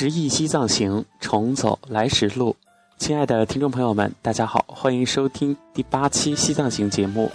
10亿西藏行，重走来时路。亲爱的听众朋友们，大家好，欢迎收听第8期西藏行节目。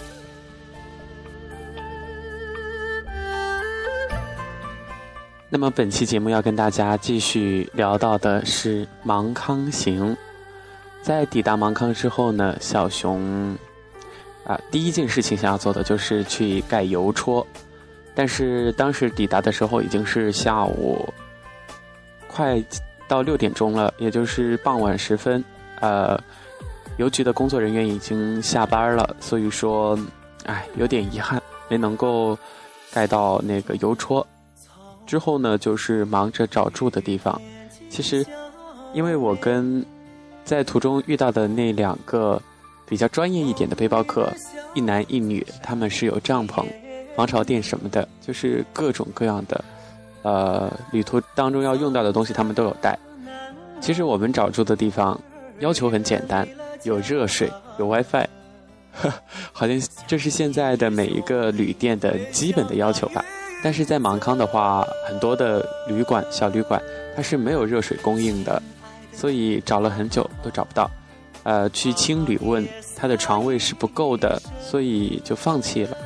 那么本期节目要跟大家继续聊到的是芒康行。在抵达芒康之后呢，小熊第一件事情想要做的就是去盖邮戳，但是当时抵达的时候已经是下午快到6点钟了，也就是傍晚时分。邮局的工作人员已经下班了，所以说有点遗憾没能够盖到那个邮戳。之后呢，就是忙着找住的地方。其实因为我跟在途中遇到的那2个比较专业一点的背包客，一男一女，他们是有帐篷、防潮垫什么的，就是各种各样的旅途当中要用到的东西他们都有带。其实我们找住的地方要求很简单，有热水，有 WiFi， 好像这是现在的每一个旅店的基本的要求吧。但是在芒康的话，很多的旅馆、小旅馆它是没有热水供应的，所以找了很久都找不到。去青旅问它的床位是不够的，所以就放弃了。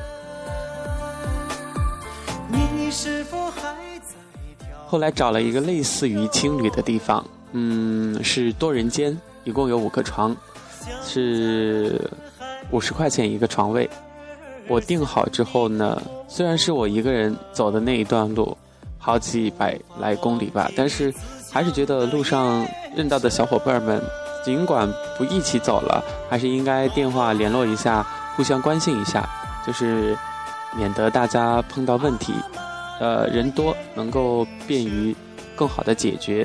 后来找了一个类似于青旅的地方，是多人间，一共有5个床，是50块钱一个床位。我订好之后呢，虽然是我一个人走的那一段路，好几百来公里吧，但是还是觉得路上认到的小伙伴们，尽管不一起走了，还是应该电话联络一下，互相关心一下，就是免得大家碰到问题，人多能够便于更好的解决。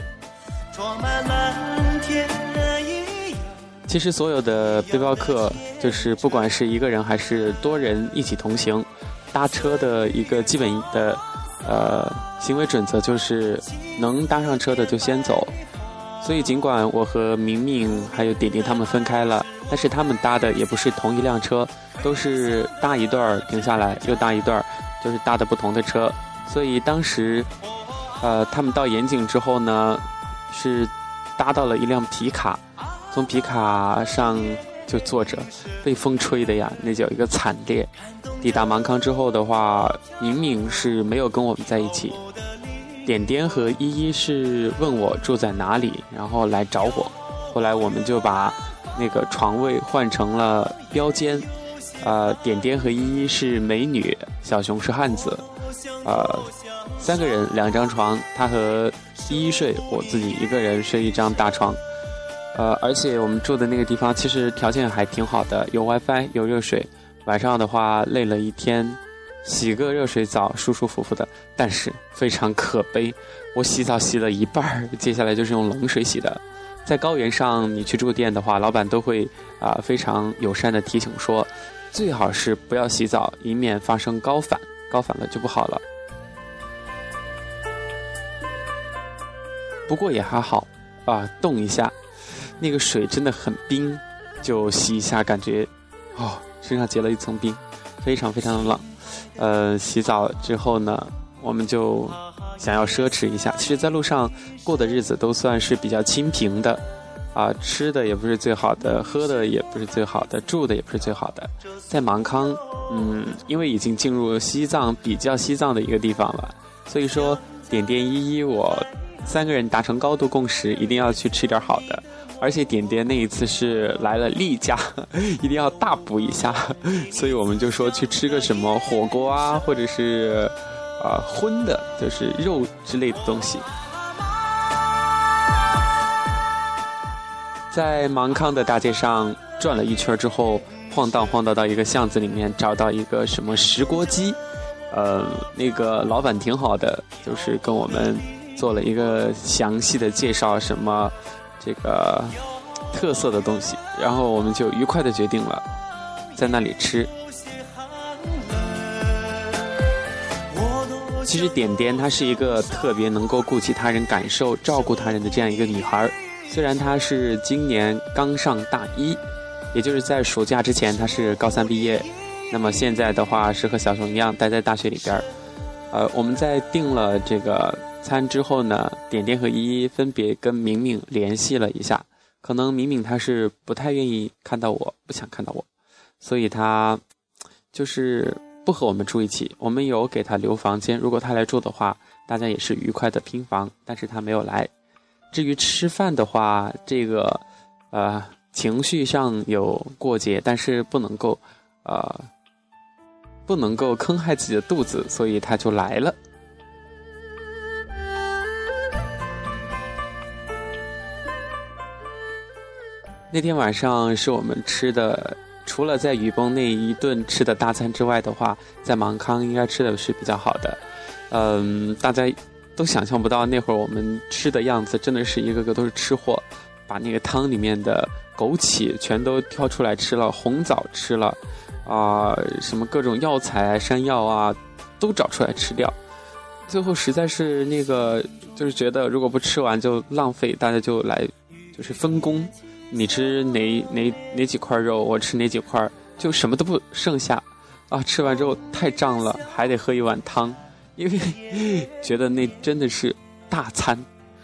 其实所有的背包客，就是不管是一个人还是多人一起同行，搭车的一个基本的行为准则就是能搭上车的就先走。所以尽管我和明明还有点点他们分开了，但是他们搭的也不是同一辆车，都是搭一段停下来又搭一段，就是搭的不同的车。所以当时他们到盐井之后呢，是搭到了一辆皮卡，从皮卡上就坐着，被风吹的呀，那叫一个惨烈。抵达芒康之后的话，明明是没有跟我们在一起，点点和依依是问我住在哪里，然后来找我。后来我们就把那个床位换成了标间，点点和依依是美女，小熊是汉子，3个人2张床，他和依依睡，我自己一个人睡一张大床。而且我们住的那个地方其实条件还挺好的，有 WiFi， 有热水。晚上的话累了一天，洗个热水澡舒舒服服的。但是非常可悲，我洗澡洗了一半，接下来就是用冷水洗的。在高原上你去住店的话，老板都会非常友善的提醒说，最好是不要洗澡，以免发生高反了就不好了。不过也还好冻一下，那个水真的很冰，就洗一下感觉身上结了一层冰，非常非常的冷。洗澡之后呢，我们就想要奢侈一下。其实在路上过的日子都算是比较清贫的吃的也不是最好的，喝的也不是最好的，住的也不是最好的。在芒康因为已经进入西藏比较西藏的一个地方了，所以说点点依依我3个人达成高度共识，一定要去吃点好的。而且点点那一次是来了例假，一定要大补一下，所以我们就说去吃个什么火锅或者是荤的，就是肉之类的东西。在芒康的大街上转了一圈之后，晃荡到一个巷子里面，找到一个什么石锅鸡，那个老板挺好的，就是跟我们做了一个详细的介绍，什么这个特色的东西，然后我们就愉快的决定了在那里吃。其实点点她是一个特别能够顾及他人感受、照顾他人的这样一个女孩，虽然她是今年刚上大1，也就是在暑假之前她是高3毕业，那么现在的话是和小熊一样待在大学里边。我们在订了这个餐之后呢，点点和依依分别跟明明联系了一下，可能明明他是不太愿意看到我，不想看到我，所以他就是不和我们住一起。我们有给他留房间，如果他来住的话，大家也是愉快的拼房，但是他没有来。至于吃饭的话，这个情绪上有过节，但是不能够坑害自己的肚子，所以他就来了。那天晚上是我们吃的，除了在雨崩那一顿吃的大餐之外的话，在芒康应该吃的是比较好的。大家都想象不到那会儿我们吃的样子，真的是一个个都是吃货，把那个汤里面的枸杞全都挑出来吃了，红枣吃了，什么各种药材山药啊都找出来吃掉。最后实在是就是觉得如果不吃完就浪费，大家就来就是分工，你吃哪几块肉，我吃哪几块，就什么都不剩下吃完之后太胀了，还得喝一碗汤，因为觉得那真的是大餐。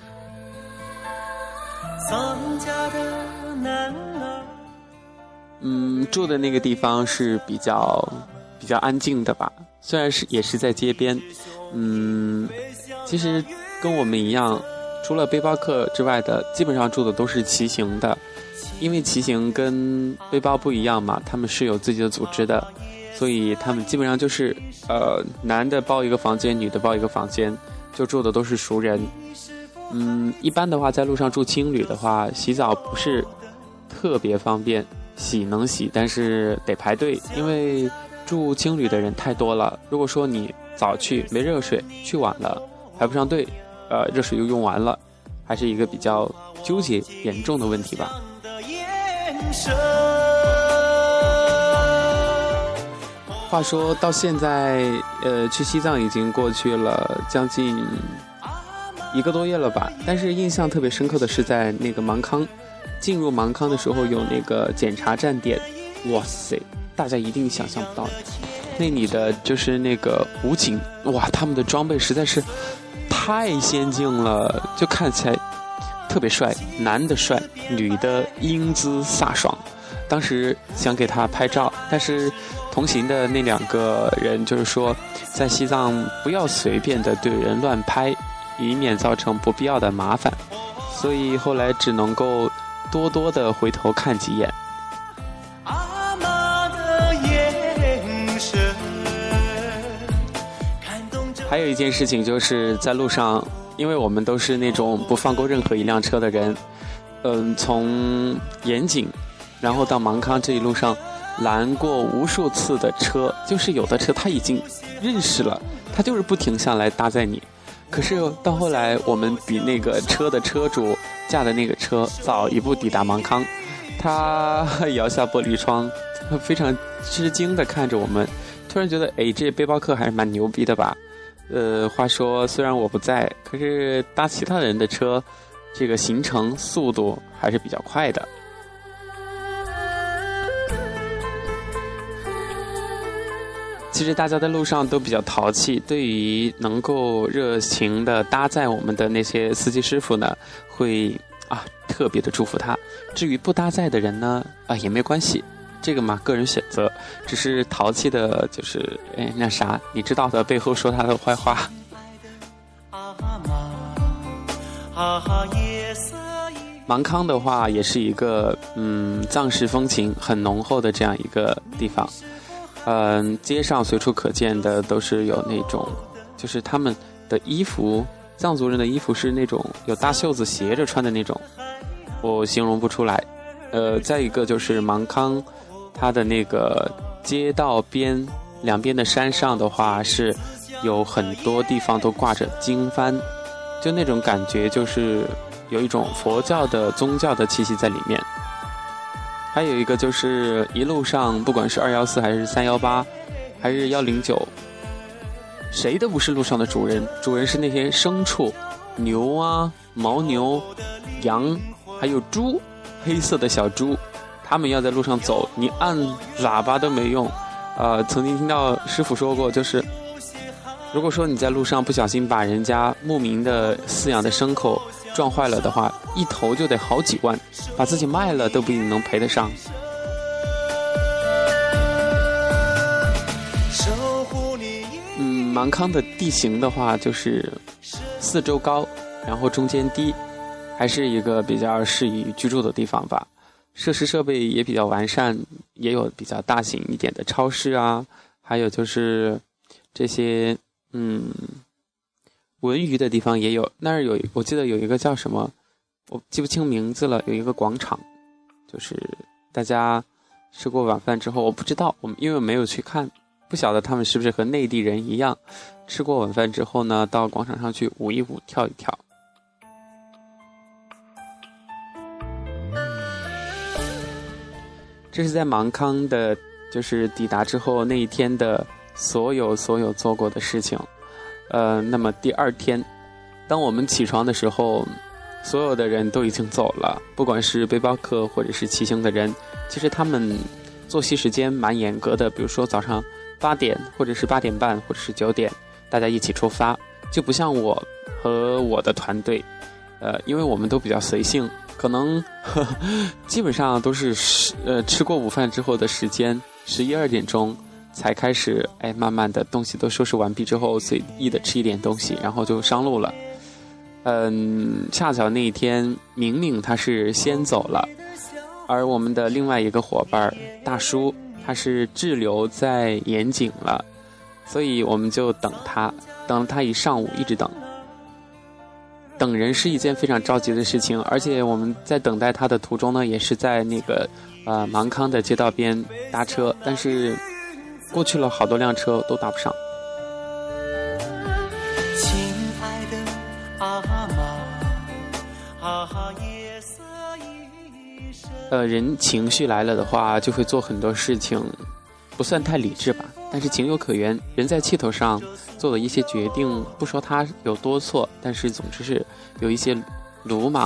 住的那个地方是比较安静的吧，虽然也是在街边。其实跟我们一样，除了背包客之外的基本上住的都是骑行的，因为骑行跟背包不一样嘛，他们是有自己的组织的，所以他们基本上就是男的包一个房间，女的包一个房间，就住的都是熟人。一般的话在路上住青旅的话，洗澡不是特别方便，洗能洗，但是得排队，因为住青旅的人太多了。如果说你早去没热水，去晚了排不上队，热水又用完了，还是一个比较纠结严重的问题吧。话说到现在去西藏已经过去了将近1个多月了吧，但是印象特别深刻的是在那个芒康，进入芒康的时候有那个检查站点，哇塞，大家一定想象不到的，那里的就是那个武警，哇，他们的装备实在是太先进了，就看起来特别帅，男的帅，女的英姿飒爽。当时想给他拍照，但是同行的那2个人就是说，在西藏不要随便的对人乱拍，以免造成不必要的麻烦，所以后来只能够多多的回头看几眼。还有一件事情就是在路上，因为我们都是那种不放过任何一辆车的人，从盐井然后到芒康这一路上拦过无数次的车，就是有的车他已经认识了，他就是不停下来搭载你。可是到后来我们比那个车的车主驾的那个车早一步抵达芒康，他摇下玻璃窗，非常吃惊的看着我们，突然觉得这背包客还是蛮牛逼的吧。话说虽然我不在，可是搭其他人的车，这个行程速度还是比较快的。其实大家在路上都比较淘气，对于能够热情的搭载我们的那些司机师傅呢，会特别的祝福他。至于不搭载的人呢，也没关系，这个嘛个人选择，只是淘气的就是那啥，你知道的，背后说他的坏话。芒康的话也是一个藏式风情很浓厚的这样一个地方。街上随处可见的都是有那种，就是他们的衣服，藏族人的衣服是那种有大袖子斜着穿的那种，我形容不出来。再一个就是芒康，它的那个街道边两边的山上的话，是有很多地方都挂着经幡，就那种感觉就是有一种佛教的宗教的气息在里面。还有一个就是一路上不管是214还是318还是109，谁都不是路上的主人，主人是那些牲畜，牛啊、牦牛、羊还有猪，黑色的小猪，他们要在路上走，你按喇叭都没用。曾经听到师傅说过，就是如果说你在路上不小心把人家牧民的饲养的牲口撞坏了的话，一头就得好几万，把自己卖了都不一定能赔得上。芒康的地形的话，就是四周高，然后中间低，还是一个比较适宜居住的地方吧。设施设备也比较完善，也有比较大型一点的超市啊，还有就是这些文娱的地方也有。那儿我记得有一个叫什么，我记不清名字了，有一个广场，就是大家吃过晚饭之后，我不知道，因为我没有去看，不晓得他们是不是和内地人一样，吃过晚饭之后呢，到广场上去舞一舞跳一跳。这是在芒康的就是抵达之后那一天的所有做过的事情。那么第二天当我们起床的时候，所有的人都已经走了，不管是背包客或者是骑行的人，其实他们作息时间蛮严格的，比如说早上8点或者是8点半或者是9点大家一起出发，就不像我和我的团队，因为我们都比较随性，可能基本上都是吃过午饭之后的时间11、2点钟才开始，慢慢的东西都收拾完毕之后，随意的吃一点东西，然后就上路了。恰巧那一天明明他是先走了，而我们的另外一个伙伴大叔他是滞留在盐井了，所以我们就等了他一上午，一直等人是一件非常着急的事情，而且我们在等待他的途中呢，也是在那个芒康的街道边搭车，但是过去了好多辆车都搭不上。亲爱的阿妈，夜色已深。人情绪来了的话，就会做很多事情，不算太理智吧，但是情有可原。人在气头上做了一些决定，不说他有多错，但是总之是有一些鲁莽，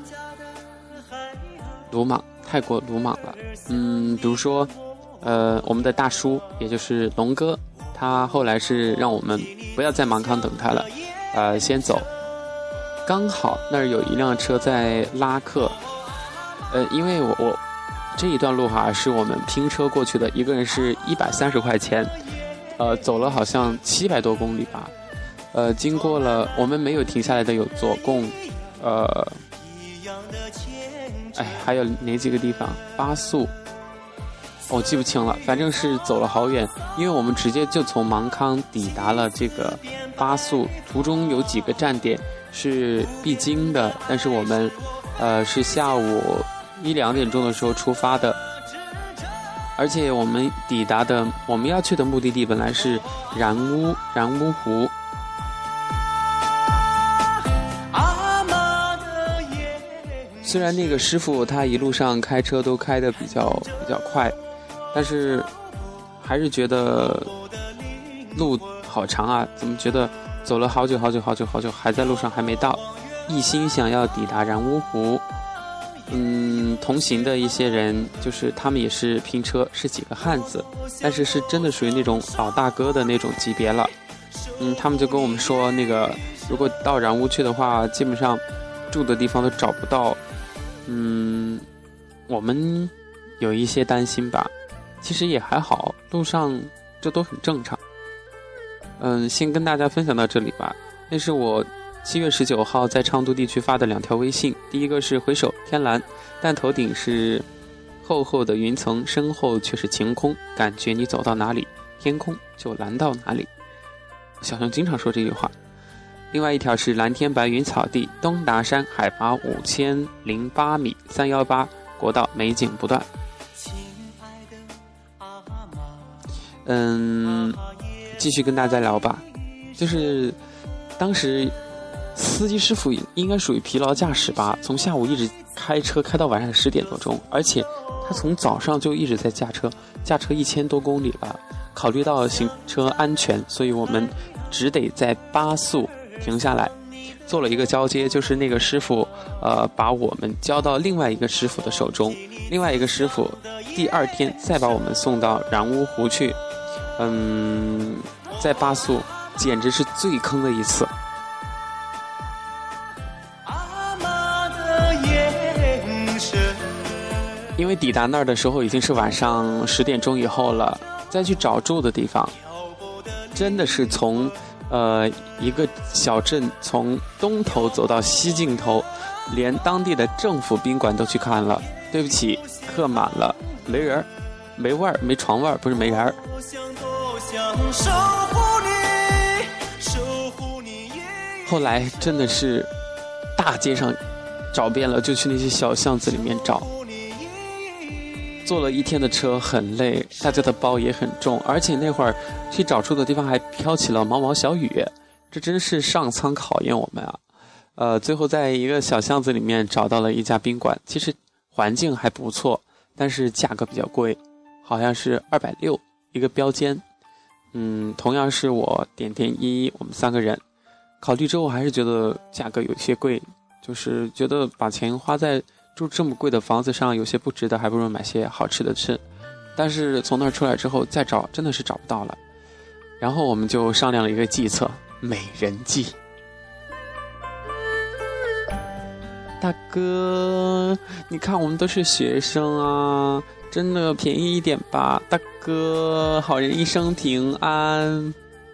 太过鲁莽了。比如说我们的大叔也就是龙哥，他后来是让我们不要在芒康等他了，先走。刚好那儿有一辆车在拉客，因为我这一段路是我们拼车过去的，一个人是130块钱，走了好像700多公里吧。经过了我们没有停下来的有左贡，还有哪几个地方？巴素，我记不清了，反正是走了好远，因为我们直接就从芒康抵达了这个巴素，途中有几个站点是必经的，但是我们是下午1、2点钟的时候出发的，而且我们我们要去的目的地本来是然乌湖。虽然那个师傅他一路上开车都开得比较快，但是还是觉得路好长啊，怎么觉得走了好久还在路上还没到，一心想要抵达然乌湖。同行的一些人就是他们也是拼车，是几个汉子，但是是真的属于那种老大哥的那种级别了。他们就跟我们说，那个如果到然乌去的话，基本上住的地方都找不到。我们有一些担心吧，其实也还好，路上这都很正常。先跟大家分享到这里吧。那是我7月19号在昌都地区发的2条微信，第一个是回首天蓝，但头顶是厚厚的云层，身后却是晴空，感觉你走到哪里，天空就蓝到哪里。小熊经常说这句话。另外一条是蓝天白云草地，东达山海拔5008米，318国道美景不断。继续跟大家聊吧，就是当时司机师傅应该属于疲劳驾驶吧，从下午一直开车开到晚上10点多钟，而且他从早上就一直在驾车1000多公里了。考虑到行车安全，所以我们只得在巴素停下来，做了一个交接，就是那个师傅把我们交到另外一个师傅的手中，另外一个师傅第2天再把我们送到然乌湖去。在巴素简直是最坑的一次。因为抵达那儿的时候已经是晚上10点钟以后了，再去找住的地方，真的是从一个小镇从东头走到西尽头，连当地的政府宾馆都去看了。对不起，客满了，没人，没味儿，没床位，不是没人。后来真的是大街上找遍了，就去那些小巷子里面找。坐了一天的车很累，大家的包也很重，而且那会儿去找住的地方还飘起了毛毛小雨，这真是上苍考验我们啊！最后在一个小巷子里面找到了一家宾馆，其实环境还不错，但是价格比较贵，好像是260一个标间。同样是我点依依，我们3个人，考虑之后还是觉得价格有些贵，就是觉得把钱花在住这么贵的房子上有些不值得，还不如买些好吃的吃。但是从那儿出来之后再找真的是找不到了，然后我们就商量了一个计策，美人计。大哥，你看我们都是学生啊，真的便宜一点吧，大哥，好人一生平安。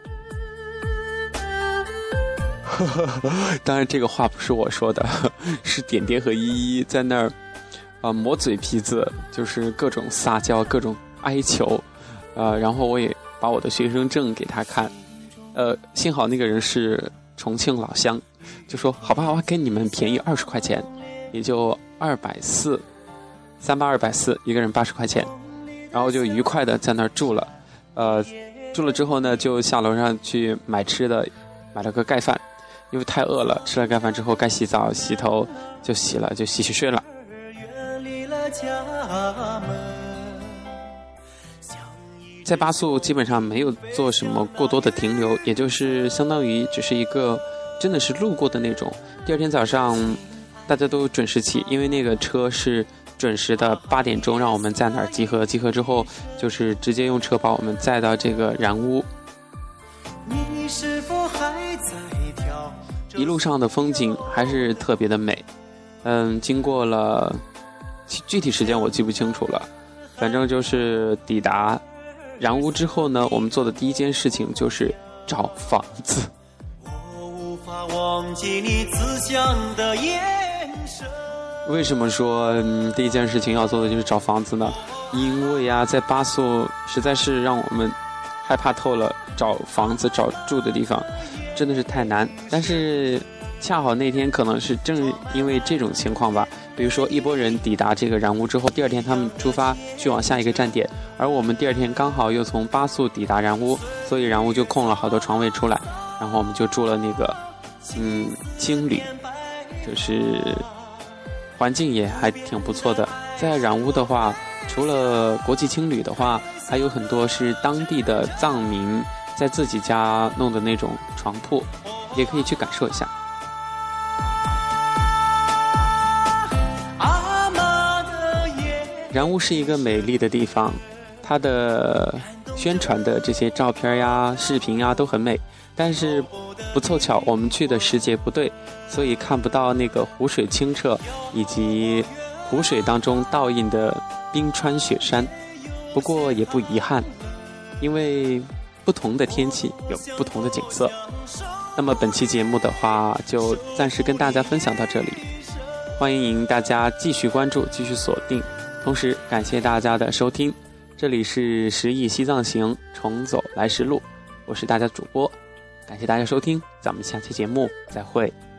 当然这个话不是我说的，是点点和依依在那儿磨嘴皮子，就是各种撒娇，各种哀求，然后我也把我的学生证给他看，幸好那个人是重庆老乡，就说好吧，给你们便宜20块钱，也就240，3八240，一个人80块钱，然后就愉快的在那儿住了，住了之后呢，就下楼上去买吃的，买了个盖饭。因为太饿了，吃了盖饭之后该洗澡洗头就洗了，就洗睡了。在巴素基本上没有做什么过多的停留，也就是相当于只是一个真的是路过的那种。第二天早上大家都准时起，因为那个车是准时的8点钟让我们在哪儿集合，集合之后就是直接用车把我们载到这个然屋。你是否还在跳？一路上的风景还是特别的美，经过了具体时间我记不清楚了，反正就是抵达然屋之后呢，我们做的第一件事情就是找房子。我无法忘记你慈祥的眼神。为什么说第一件事情要做的就是找房子呢？因为在巴素实在是让我们害怕透了，找房子找住的地方真的是太难。但是恰好那天可能是正因为这种情况吧，比如说一拨人抵达这个然屋之后，第二天他们出发去往下一个站点，而我们第二天刚好又从巴素抵达然屋，所以然屋就空了好多床位出来，然后我们就住了那个青旅，就是环境也还挺不错的。在然屋的话，除了国际青旅的话，还有很多是当地的藏民在自己家弄的那种床铺，也可以去感受一下。然屋是一个美丽的地方，它的宣传的这些照片呀、视频呀都很美，但是不凑巧我们去的时节不对，所以看不到那个湖水清澈以及湖水当中倒映的冰川雪山。不过也不遗憾，因为不同的天气有不同的景色。那么本期节目的话就暂时跟大家分享到这里，欢迎大家继续关注继续锁定，同时感谢大家的收听。这里是10亿西藏行，重走来时路，我是大家主播，感谢大家收听，咱们下期节目再会。